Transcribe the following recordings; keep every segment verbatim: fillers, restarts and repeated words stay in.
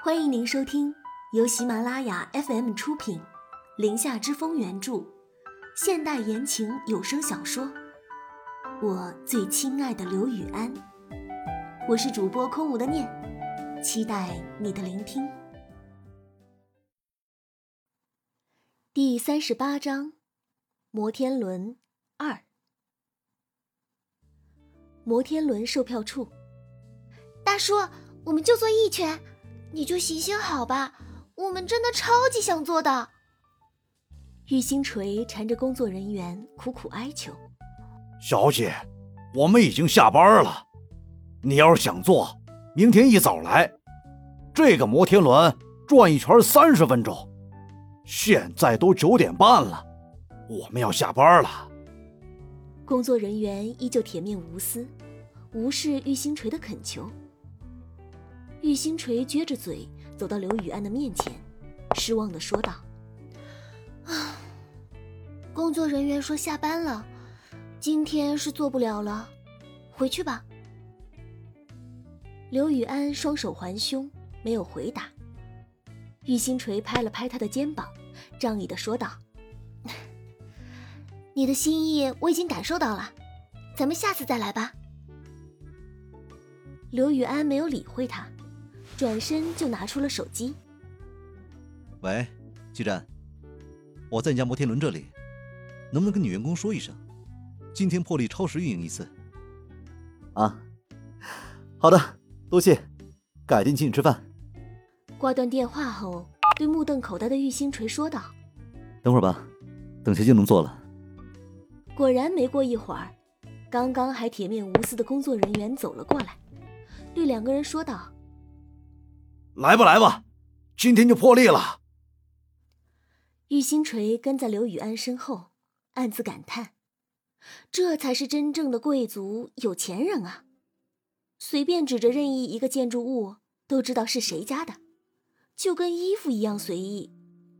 欢迎您收听由喜马拉雅 F M 出品，林下之风原著，现代言情有声小说《我最亲爱的刘雨安》，我是主播空无的念，期待你的聆听。第三十八章，摩天轮二。摩天轮售票处。 大叔，我们就坐一圈，你就行行好吧，我们真的超级想坐的。 玉星锤缠着工作人员苦苦哀求： 小姐，我们已经下班了，你要是想坐，明天一早来。这个摩天轮转一圈三十分钟，现在都九点半了，我们要下班了。 工作人员依旧铁面无私，无视玉星锤的恳求。玉星锤撅着嘴走到刘雨安的面前，失望地说道： 啊，工作人员说下班了，今天是做不了了，回去吧。 刘雨安双手环胸，没有回答。玉星锤拍了拍他的肩膀，仗义地说道： 你的心意我已经感受到了，咱们下次再来吧。 刘雨安没有理会他，转身就拿出了手机。 喂，季战，我在你家摩天轮这里，能不能跟你员工说一声，今天破例超时运营一次？ 啊，好的，多谢，改天请你吃饭。 挂断电话后，对目瞪口呆的玉星锤说道： 等会儿吧，等下就能做了。 果然没过一会儿，刚刚还铁面无私的工作人员走了过来，对两个人说道： 来吧来吧，今天就破例了。 玉星锤跟在刘雨安身后，暗自感叹，这才是真正的贵族有钱人啊，随便指着任意一个建筑物都知道是谁家的，就跟衣服一样随意。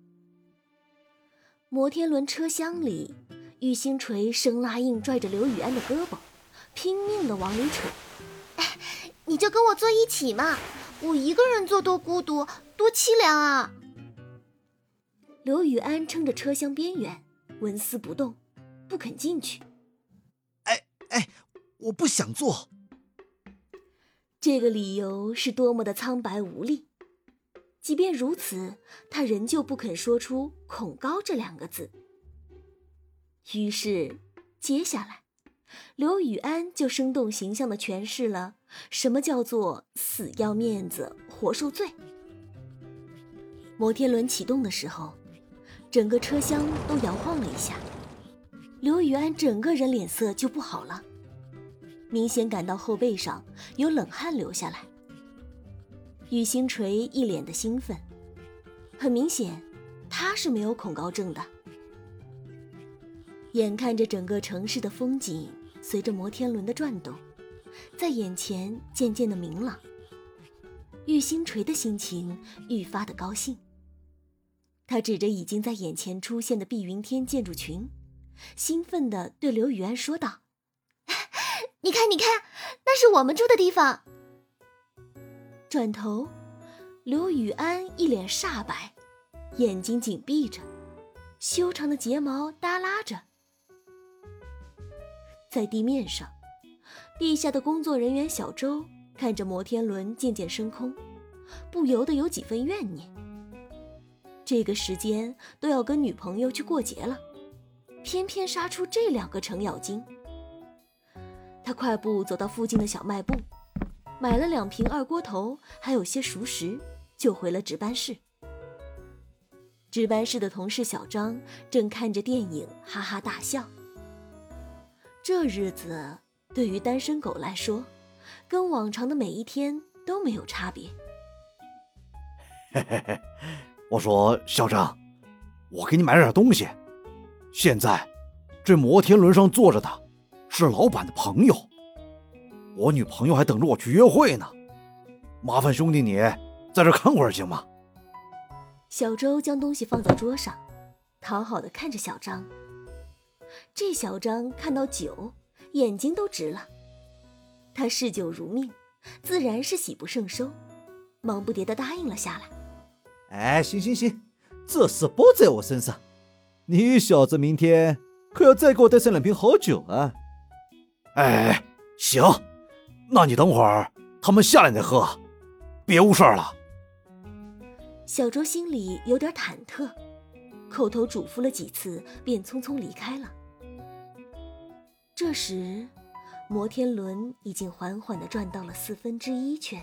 摩天轮车厢里，玉星锤生拉硬拽着刘雨安的胳膊，拼命地往里扯。 哎，你就跟我坐一起嘛，我一个人坐多孤独，多凄凉啊！ 刘雨安撑着车厢边缘，纹丝不动，不肯进去。 哎哎，我不想坐。 这个理由是多么的苍白无力。即便如此，他仍旧不肯说出恐高这两个字。于是接下来刘雨安就生动形象地诠释了什么叫做死要面子活受罪。摩天轮启动的时候，整个车厢都摇晃了一下，刘雨安整个人脸色就不好了，明显感到后背上有冷汗流下来。玉星锤一脸的兴奋，很明显他是没有恐高症的。眼看着整个城市的风景随着摩天轮的转动，在眼前渐渐的明朗，玉星锤的心情愈发的高兴。他指着已经在眼前出现的碧云天建筑群，兴奋地对刘雨安说道： 你看你看，那是我们住的地方。 转头，刘雨安一脸煞白，眼睛紧闭着，修长的睫毛耷拉着。在地面上，地下的工作人员小周看着摩天轮渐渐升空，不由得有几分怨念。这个时间都要跟女朋友去过节了，偏偏杀出这两个程咬金。他快步走到附近的小卖部，买了两瓶二锅头，还有些熟食，就回了值班室。值班室的同事小张正看着电影哈哈大笑。这日子对于单身狗来说，跟往常的每一天都没有差别。 嘿嘿嘿，我说小张，我给你买点东西。现在这摩天轮上坐着的是老板的朋友，我女朋友还等着我去约会呢，麻烦兄弟你在这看会儿行吗？ 小周将东西放在桌上，讨好地看着小张。这小张看到酒，眼睛都直了。他嗜酒如命，自然是喜不胜收。 忙不迭地答应了下来。 哎，行行行，这事包在我身上。你小子明天可要再给我带上两瓶好酒啊！ 哎，行，那你等会儿他们下来再喝，别误事儿了。 小周心里有点忐忑，口头嘱咐了几次，便匆匆离开了。这时，摩天轮已经缓缓地转到了四分之一圈。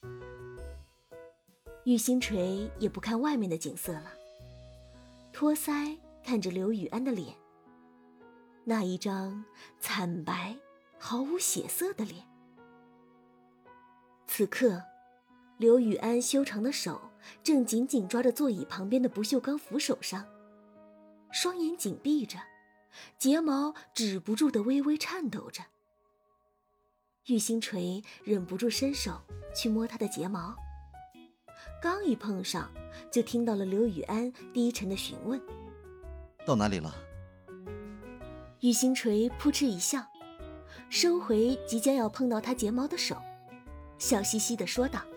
玉星锤也不看外面的景色了，托腮看着刘雨安的脸，那一张惨白毫无血色的脸。此刻，刘雨安修长的手正紧紧抓着座椅旁边的不锈钢扶手上，双眼紧闭着，睫毛止不住地微微颤抖着。玉星锤忍不住伸手去摸她的睫毛，刚一碰上，就听到了刘雨安低沉的询问： 到哪里了？ 玉星锤扑哧一笑，收回即将要碰到他睫毛的手，笑嘻嘻地说道：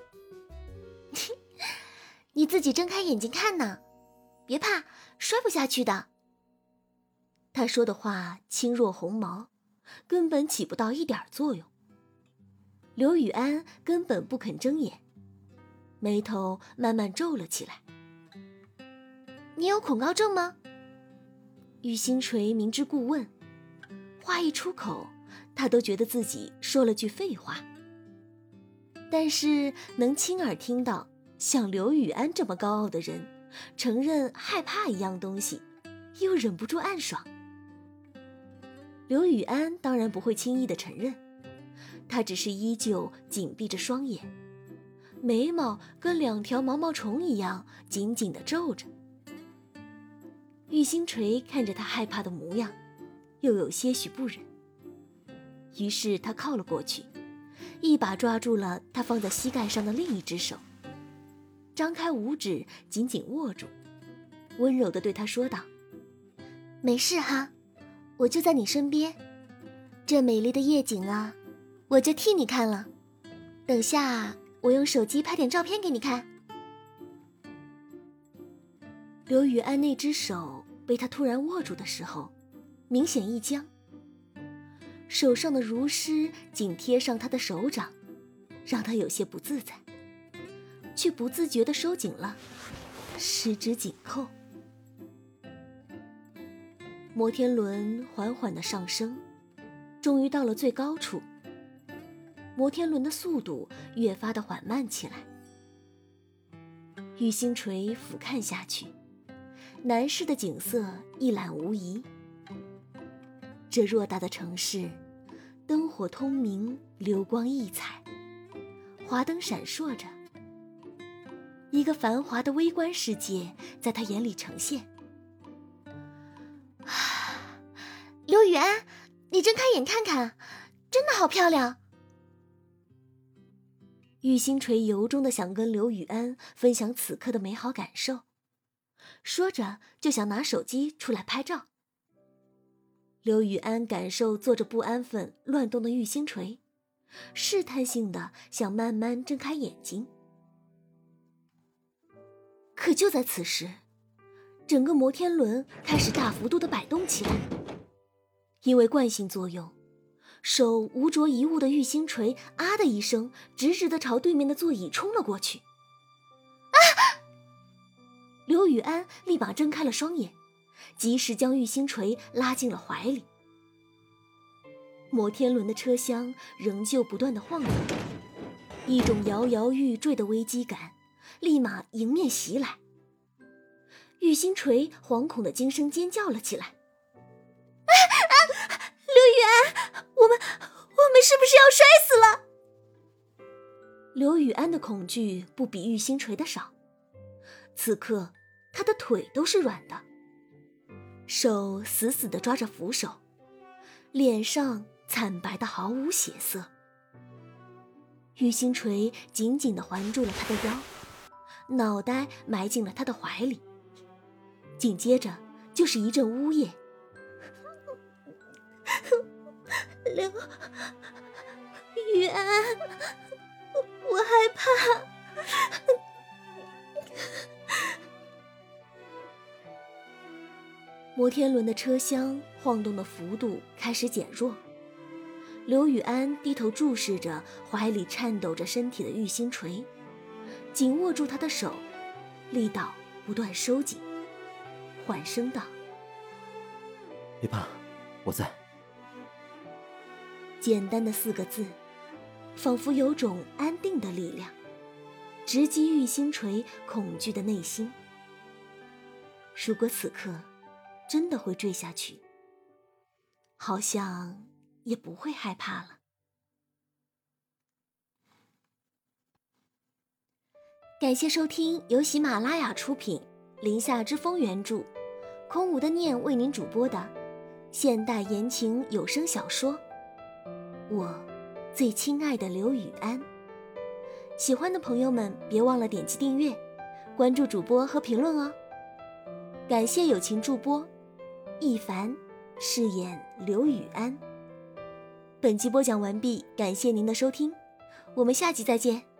你自己睁开眼睛看呢，别怕，摔不下去的。 他说的话轻若鸿毛，根本起不到一点作用。刘雨安根本不肯睁眼，眉头慢慢皱了起来。 你有恐高症吗？ 玉星锤明知故问，话一出口，他都觉得自己说了句废话。但是能亲耳听到像刘雨安这么高傲的人承认害怕一样东西，又忍不住暗爽。刘雨安当然不会轻易地承认，他只是依旧紧闭着双眼，眉毛跟两条毛毛虫一样紧紧地皱着。玉星锤看着他害怕的模样，又有些许不忍，于是他靠了过去，一把抓住了他放在膝盖上的另一只手，张开五指紧紧握住，温柔地对他说道： 没事哈，我就在你身边，这美丽的夜景啊，我就替你看了，等下我用手机拍点照片给你看。 刘雨安那只手被他突然握住的时候，明显一僵，手上的如湿紧贴上他的手掌，让他有些不自在，却不自觉地收紧了，十指紧扣。摩天轮缓缓地上升，终于到了最高处。摩天轮的速度越发的缓慢起来。玉星锤俯瞰下去，南市的景色一览无遗。这偌大的城市，灯火通明，流光溢彩，华灯闪烁着，一个繁华的微观世界在他眼里呈现。 刘雨安，你睁开眼看看，真的好漂亮。 玉星锤由衷的想跟刘雨安分享此刻的美好感受，说着就想拿手机出来拍照。刘雨安感受做着不安分乱动的玉星锤，试探性的想慢慢睁开眼睛。可就在此时，整个摩天轮开始大幅度的摆动起来。因为惯性作用，手无着一物的玉星锤啊的一声，直直地朝对面的座椅冲了过去。啊！刘雨安立马睁开了双眼，及时将玉星锤拉进了怀里。摩天轮的车厢仍旧不断地晃动，一种摇摇欲坠的危机感立马迎面袭来。玉星锤惶恐地惊声尖叫了起来。啊啊！刘雨安，我们我们是不是要摔死了？刘雨安的恐惧不比玉星锤的少，此刻他的腿都是软的，手死死地抓着扶手，脸上惨白的毫无血色。玉星锤紧紧地环住了他的腰，脑袋埋进了他的怀里，紧接着就是一阵呜咽。刘雨安，我害怕。 摩天轮的车厢晃动的幅度开始减弱，刘雨安低头注视着怀里颤抖着身体的玉星锤，紧握住他的手，力道不断收紧，缓声道： 别怕，我在。 简单的四个字，仿佛有种安定的力量，直击玉星锤恐惧的内心。如果此刻真的会坠下去，好像也不会害怕了。感谢收听由喜马拉雅出品，林下之风原著，空无的念为您主播的现代言情有声小说《我最亲爱的刘雨安》。喜欢的朋友们别忘了点击订阅，关注主播和评论哦。感谢友情助播一凡饰演刘雨安。本集播讲完毕，感谢您的收听，我们下集再见。